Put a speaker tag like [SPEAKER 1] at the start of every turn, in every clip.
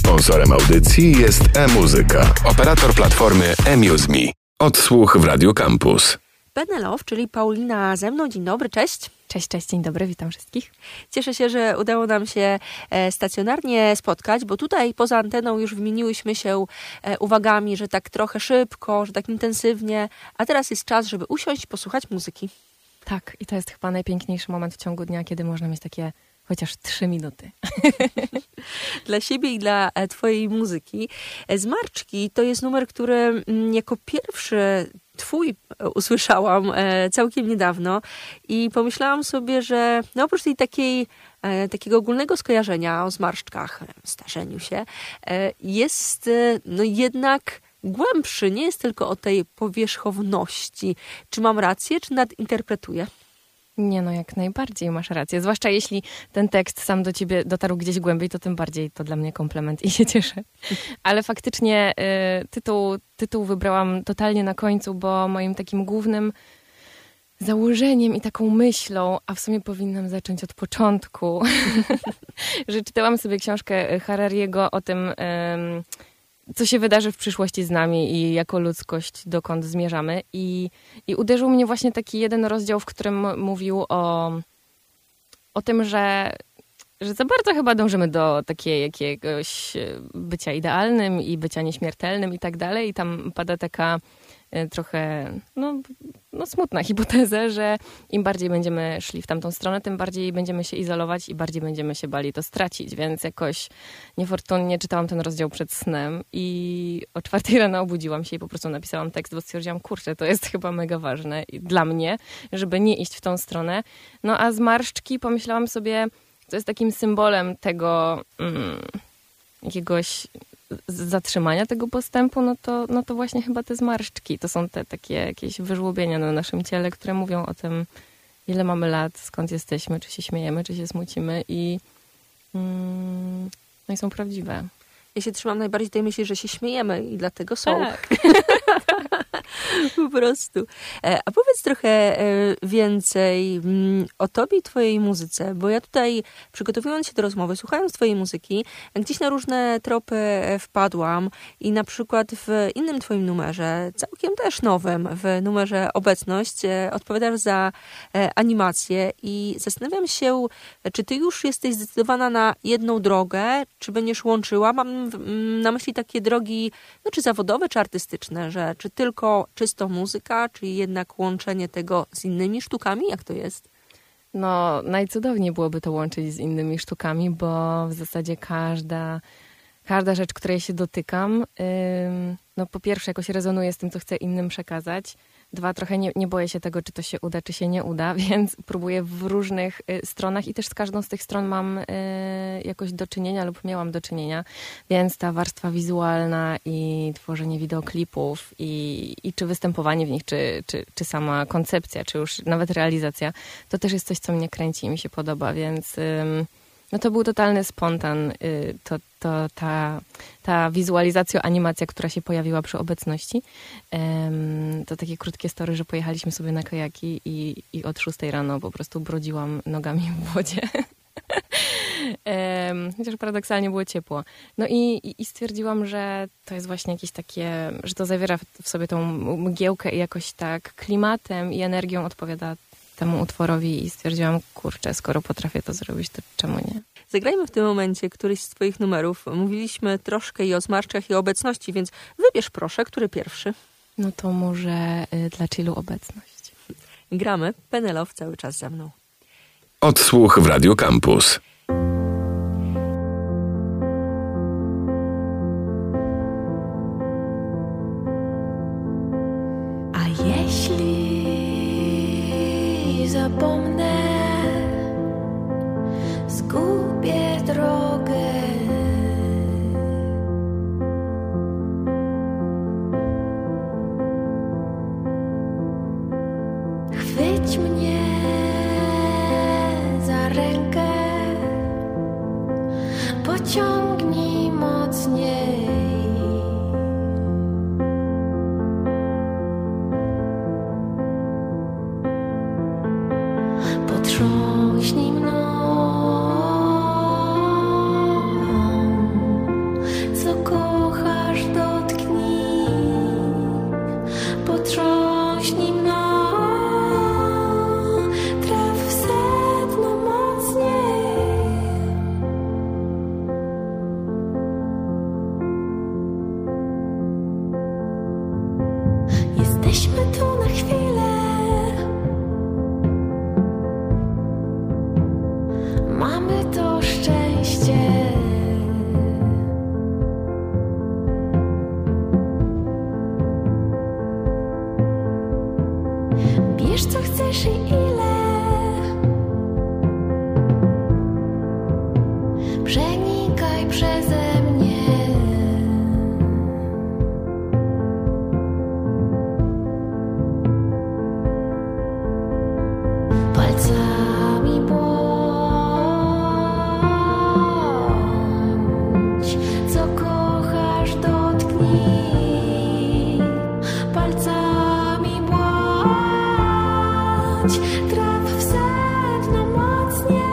[SPEAKER 1] Sponsorem audycji jest e-muzyka, operator platformy eMuseMe. Odsłuch w Radio Campus.
[SPEAKER 2] Penelope, czyli Paulina ze mną. Dzień dobry, cześć.
[SPEAKER 3] Cześć, dzień dobry, witam wszystkich.
[SPEAKER 2] Cieszę się, że udało nam się stacjonarnie spotkać, bo tutaj poza anteną już wymieniłyśmy się uwagami, że tak trochę szybko, że tak intensywnie, a teraz jest czas, żeby usiąść i posłuchać muzyki.
[SPEAKER 3] Tak, i to jest chyba najpiękniejszy moment w ciągu dnia, kiedy można mieć takie chociaż 3 minuty.
[SPEAKER 2] Dla siebie i dla twojej muzyki. Zmarszczki to jest numer, który jako pierwszy twój usłyszałam całkiem niedawno i pomyślałam sobie, że no oprócz tej takiego ogólnego skojarzenia o zmarszczkach, starzeniu się, jest no jednak głębszy, nie jest tylko o tej powierzchowności. Czy mam rację, czy nadinterpretuję?
[SPEAKER 3] Nie, no jak najbardziej masz rację. Zwłaszcza jeśli ten tekst sam do ciebie dotarł gdzieś głębiej, to tym bardziej to dla mnie komplement i się cieszę. Ale faktycznie tytuł wybrałam totalnie na końcu, bo moim takim głównym założeniem i taką myślą, a w sumie powinnam zacząć od początku, że czytałam sobie książkę Harariego o tym, co się wydarzy w przyszłości z nami i jako ludzkość dokąd zmierzamy. I uderzył mnie właśnie taki jeden rozdział, w którym mówił o tym, że za bardzo chyba dążymy do takiego jakiegoś bycia idealnym i bycia nieśmiertelnym i tak dalej. I tam pada taka trochę smutna hipoteza, że im bardziej będziemy szli w tamtą stronę, tym bardziej będziemy się izolować i bardziej będziemy się bali to stracić. Więc jakoś niefortunnie czytałam ten rozdział przed snem i o 4 rano obudziłam się i po prostu napisałam tekst, bo stwierdziłam, kurczę, to jest chyba mega ważne dla mnie, żeby nie iść w tą stronę. No a zmarszczki pomyślałam sobie, to jest takim symbolem tego jakiegoś zatrzymania tego postępu, no to właśnie chyba te zmarszczki. To są te takie jakieś wyżłobienia na naszym ciele, które mówią o tym, ile mamy lat, skąd jesteśmy, czy się śmiejemy, czy się smucimy i są prawdziwe.
[SPEAKER 2] Ja się trzymam najbardziej tej myśli, że się śmiejemy i dlatego są.
[SPEAKER 3] Tak.
[SPEAKER 2] Po prostu. A powiedz trochę więcej o tobie i twojej muzyce, bo ja tutaj, przygotowując się do rozmowy, słuchając twojej muzyki, gdzieś na różne tropy wpadłam i na przykład w innym twoim numerze, całkiem też nowym, w numerze Obecność, odpowiadasz za animację i zastanawiam się, czy ty już jesteś zdecydowana na jedną drogę, czy będziesz łączyła? Mam na myśli takie drogi, no, czy zawodowe, czy artystyczne, że czy tylko czysto muzyka, czy jednak łączenie tego z innymi sztukami? Jak to jest?
[SPEAKER 3] No, najcudowniej byłoby to łączyć z innymi sztukami, bo w zasadzie każda rzecz, której się dotykam, no po pierwsze jakoś rezonuje z tym, co chcę innym przekazać. 2, trochę nie boję się tego, czy to się uda, czy się nie uda, więc próbuję w różnych stronach i też z każdą z tych stron mam jakoś do czynienia lub miałam do czynienia, więc ta warstwa wizualna i tworzenie wideoklipów i czy występowanie w nich, czy sama koncepcja, czy już nawet realizacja, to też jest coś, co mnie kręci i mi się podoba, więc no to był totalny spontan, ta wizualizacja, animacja, która się pojawiła przy Obecności. To takie krótkie story, że pojechaliśmy sobie na kajaki i od 6 rano po prostu brodziłam nogami w wodzie. Chociaż paradoksalnie było ciepło. No i stwierdziłam, że to jest właśnie jakieś takie, że to zawiera w sobie tą mgiełkę i jakoś tak klimatem i energią odpowiada temu utworowi i stwierdziłam, kurczę, skoro potrafię to zrobić, to czemu nie?
[SPEAKER 2] Zagrajmy w tym momencie któryś z twoich numerów. Mówiliśmy troszkę i o zmarszczkach, i o Obecności, więc wybierz proszę, który pierwszy.
[SPEAKER 3] No to może dla chillu Obecność.
[SPEAKER 2] Gramy. Penelope cały czas ze mną.
[SPEAKER 1] Odsłuch w Radio Campus.
[SPEAKER 4] A jeśli zapomnę, zgubię drogę, chwyć mnie za rękę, pociągnij mocniej. kochasz, dotknij, palcami bądź, traf w sedno mocniej.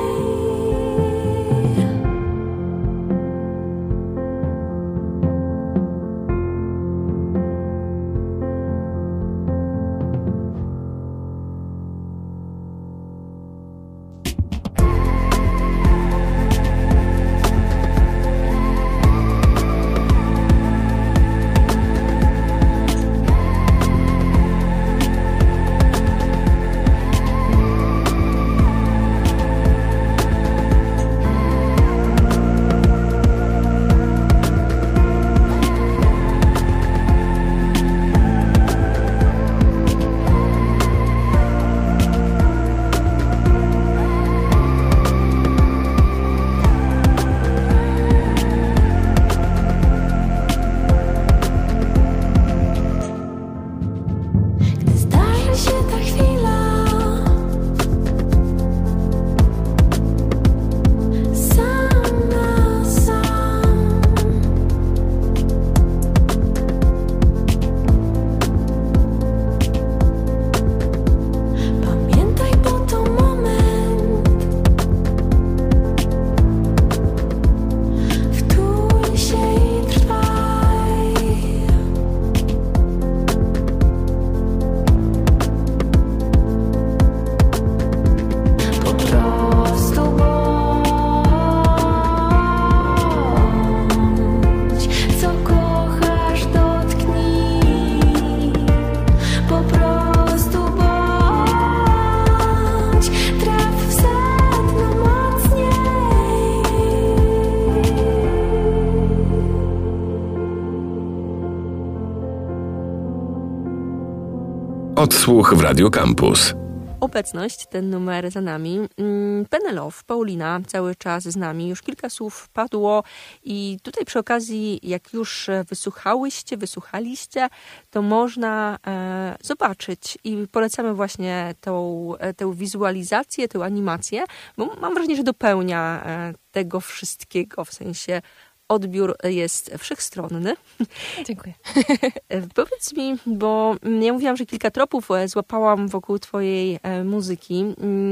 [SPEAKER 1] Odsłuch w Radio Campus.
[SPEAKER 2] Obecność, ten numer za nami. Penelope, Paulina cały czas z nami. Już kilka słów padło i tutaj przy okazji, jak już wysłuchaliście, to można zobaczyć i polecamy właśnie tę wizualizację, tę animację, bo mam wrażenie, że dopełnia tego wszystkiego, w sensie odbiór jest wszechstronny.
[SPEAKER 3] Dziękuję.
[SPEAKER 2] Powiedz mi, bo ja mówiłam, że kilka tropów złapałam wokół twojej muzyki.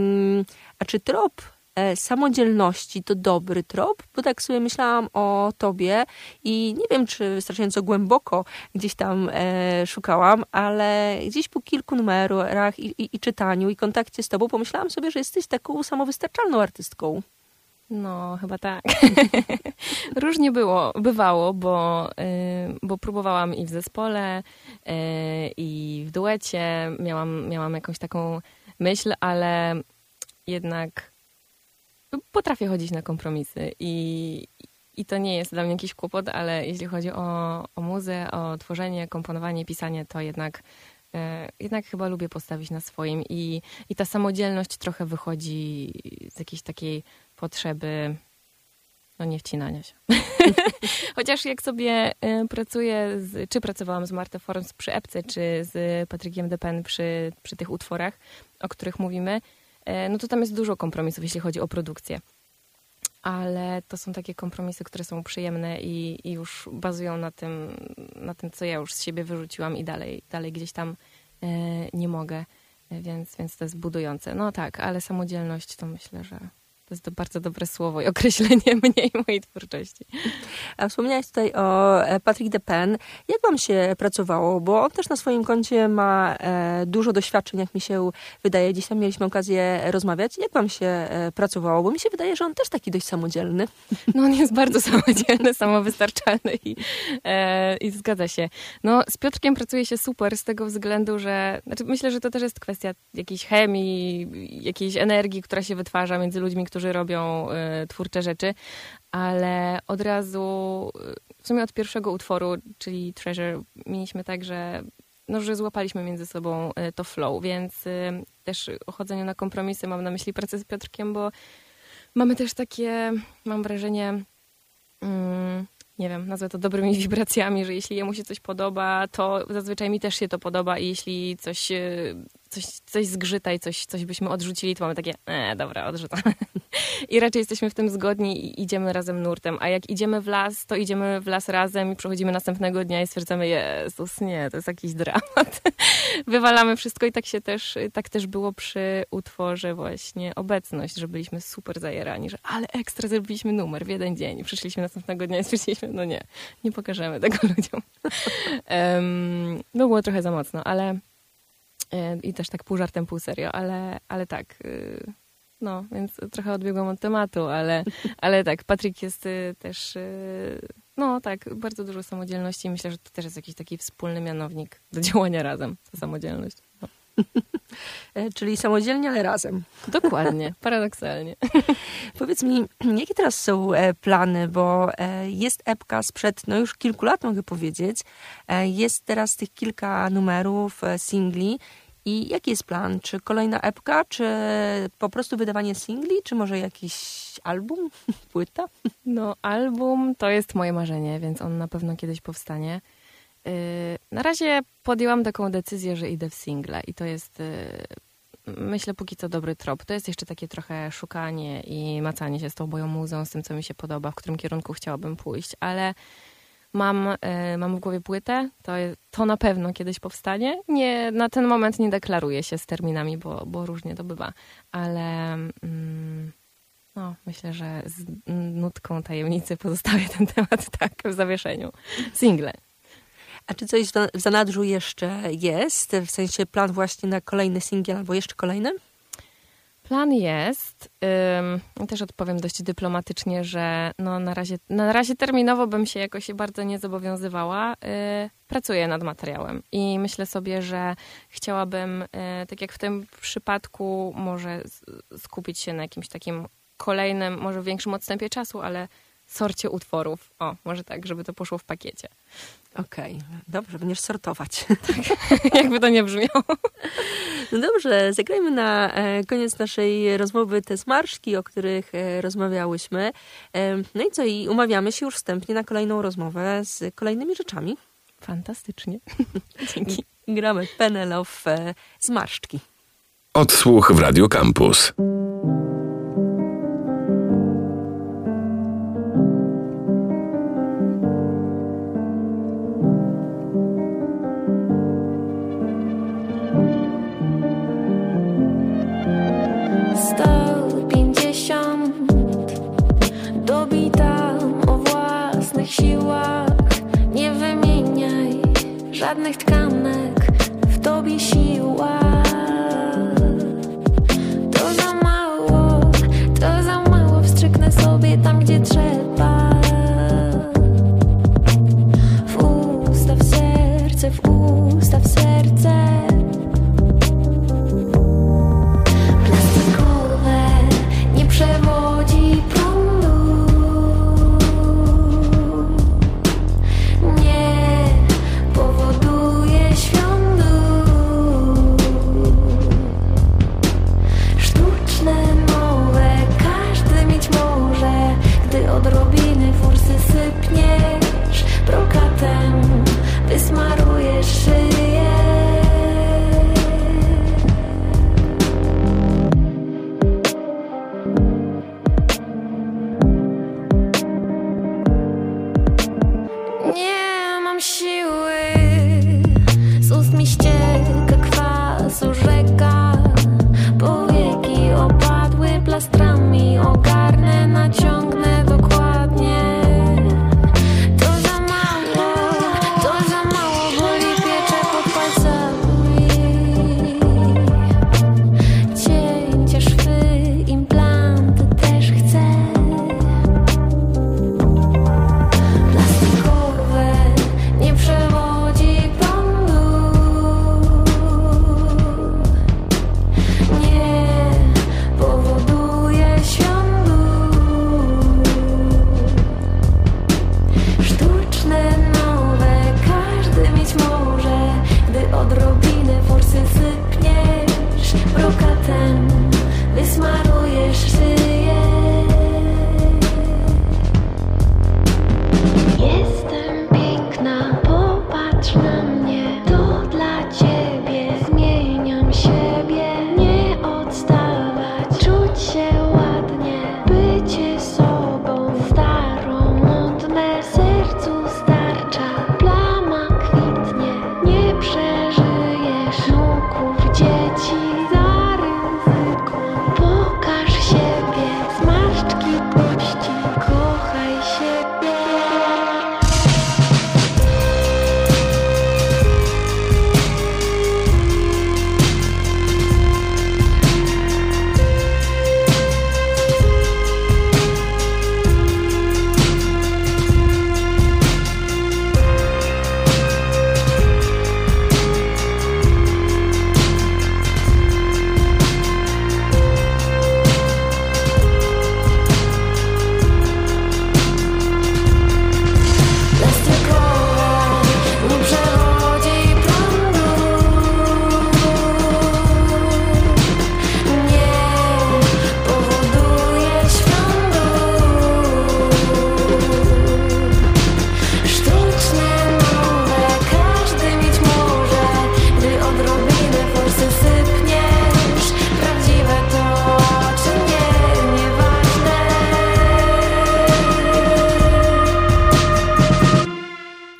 [SPEAKER 2] A czy trop samodzielności to dobry trop? Bo tak sobie myślałam o tobie i nie wiem, czy wystarczająco głęboko gdzieś tam szukałam, ale gdzieś po kilku numerach i czytaniu i kontakcie z tobą pomyślałam sobie, że jesteś taką samowystarczalną artystką.
[SPEAKER 3] No, chyba tak. Różnie bywało, bo próbowałam i w zespole, i w duecie. Miałam jakąś taką myśl, ale jednak potrafię chodzić na kompromisy i to nie jest dla mnie jakiś kłopot, ale jeśli chodzi o muzę, o tworzenie, komponowanie, pisanie, to jednak chyba lubię postawić na swoim i ta samodzielność trochę wychodzi z jakiejś takiej potrzeby nie wcinania się. Chociaż jak sobie pracuję, czy pracowałam z Martą Forms przy epce, czy z Patrykiem Depen przy tych utworach, o których mówimy, no to tam jest dużo kompromisów, jeśli chodzi o produkcję. Ale to są takie kompromisy, które są przyjemne i już bazują na tym, co ja już z siebie wyrzuciłam i dalej gdzieś tam nie mogę, więc to jest budujące. No tak, ale samodzielność to myślę, że to jest to bardzo dobre słowo i określenie mnie i mojej twórczości.
[SPEAKER 2] A wspomniałaś tutaj o Patrick Depen. Jak wam się pracowało? Bo on też na swoim koncie ma dużo doświadczeń, jak mi się wydaje. Dziś tam mieliśmy okazję rozmawiać. Jak wam się pracowało? Bo mi się wydaje, że on też taki dość samodzielny.
[SPEAKER 3] No on jest bardzo samodzielny, samowystarczalny i zgadza się. No z Piotrkiem pracuje się super z tego względu, że myślę, że to też jest kwestia jakiejś chemii, jakiejś energii, która się wytwarza między ludźmi, którzy robią twórcze rzeczy, ale od razu, w sumie od pierwszego utworu, czyli Treasure, mieliśmy tak, że złapaliśmy między sobą to flow, więc też o chodzeniu na kompromisy mam na myśli pracę z Piotrkiem, bo mamy też takie, mam wrażenie, nie wiem, nazwę to dobrymi wibracjami, że jeśli jemu się coś podoba, to zazwyczaj mi też się to podoba i jeśli coś zgrzyta i coś byśmy odrzucili, to mamy takie, dobra, odrzucamy. I raczej jesteśmy w tym zgodni i idziemy razem nurtem. A jak idziemy w las, to idziemy w las razem i przychodzimy następnego dnia i stwierdzamy, Jezus, nie, to jest jakiś dramat. Wywalamy wszystko i tak też było przy utworze właśnie Obecność, że byliśmy super zajerani, że ale ekstra zrobiliśmy numer w jeden dzień i przyszliśmy następnego dnia i stwierdziliśmy, no nie pokażemy tego ludziom. No było trochę za mocno, ale i też tak pół żartem, pół serio, ale tak, no, więc trochę odbiegłam od tematu, ale tak, Patryk jest też, no tak, bardzo dużo samodzielności i myślę, że to też jest jakiś taki wspólny mianownik do działania razem, ta samodzielność. No.
[SPEAKER 2] Czyli samodzielnie, ale razem.
[SPEAKER 3] Dokładnie, paradoksalnie.
[SPEAKER 2] Powiedz mi, jakie teraz są plany, bo jest epka sprzed już kilku lat, mogę powiedzieć. Jest teraz tych kilka numerów, singli. I jaki jest plan? Czy kolejna epka, czy po prostu wydawanie singli, czy może jakiś album, płyta?
[SPEAKER 3] No, album to jest moje marzenie, więc on na pewno kiedyś powstanie. Na razie podjęłam taką decyzję, że idę w single i to jest, myślę, póki co dobry trop. To jest jeszcze takie trochę szukanie i macanie się z tą moją muzą, z tym, co mi się podoba, w którym kierunku chciałabym pójść, ale mam w głowie płytę, to na pewno kiedyś powstanie. Nie, na ten moment nie deklaruję się z terminami, bo różnie to bywa, ale no, myślę, że z nutką tajemnicy pozostawię ten temat tak w zawieszeniu. Single.
[SPEAKER 2] A czy coś w zanadrzu jeszcze jest? W sensie plan właśnie na kolejny singiel albo jeszcze kolejny?
[SPEAKER 3] Plan jest. Też odpowiem dość dyplomatycznie, że no na razie terminowo bym się jakoś bardzo nie zobowiązywała. Pracuję nad materiałem i myślę sobie, że chciałabym, tak jak w tym przypadku, może skupić się na jakimś takim kolejnym, może większym odstępie czasu, ale sorcie utworów. O, może tak, żeby to poszło w pakiecie.
[SPEAKER 2] Okej, dobrze, będziesz sortować.
[SPEAKER 3] Tak, jakby to nie brzmiało.
[SPEAKER 2] No dobrze, zagrajmy na koniec naszej rozmowy te zmarszczki, o których rozmawiałyśmy. No i co, i umawiamy się już wstępnie na kolejną rozmowę z kolejnymi rzeczami.
[SPEAKER 3] Fantastycznie. Dzięki.
[SPEAKER 2] Gramy Penelope Zmarszczki.
[SPEAKER 1] Odsłuch w Radio Campus.
[SPEAKER 4] Żadnych tkanek, w tobie siła. To za mało, wstrzyknę sobie tam, gdzie trzeba. W usta, w serce, w usta, w serce. Plastikowe nie przewodzi prądu. Nie powoduje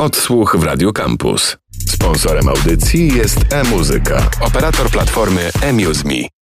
[SPEAKER 1] Odsłuch w Radio Campus. Sponsorem audycji jest e-muzyka, operator platformy eMuseMe.